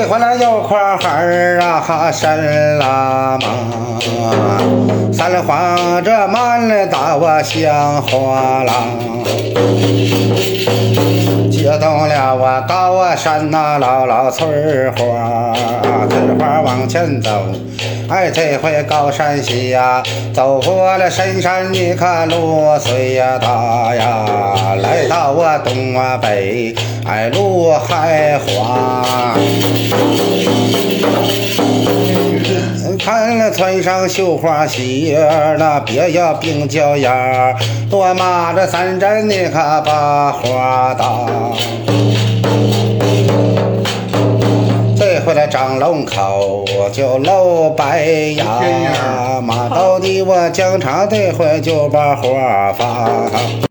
回来有块孩儿啊，哈生了嘛，三花这满了大我像花郎，接动了我高山那老翠花，翠花往前走，哎，这回高山下走过了深山，你看路虽呀大呀，来到我东北，哎，路还滑。看了村上绣花鞋，那别要冰脚眼儿，多马这三针你可把花打。这回来张龙口就露白牙，马到底我疆场这回就把花放。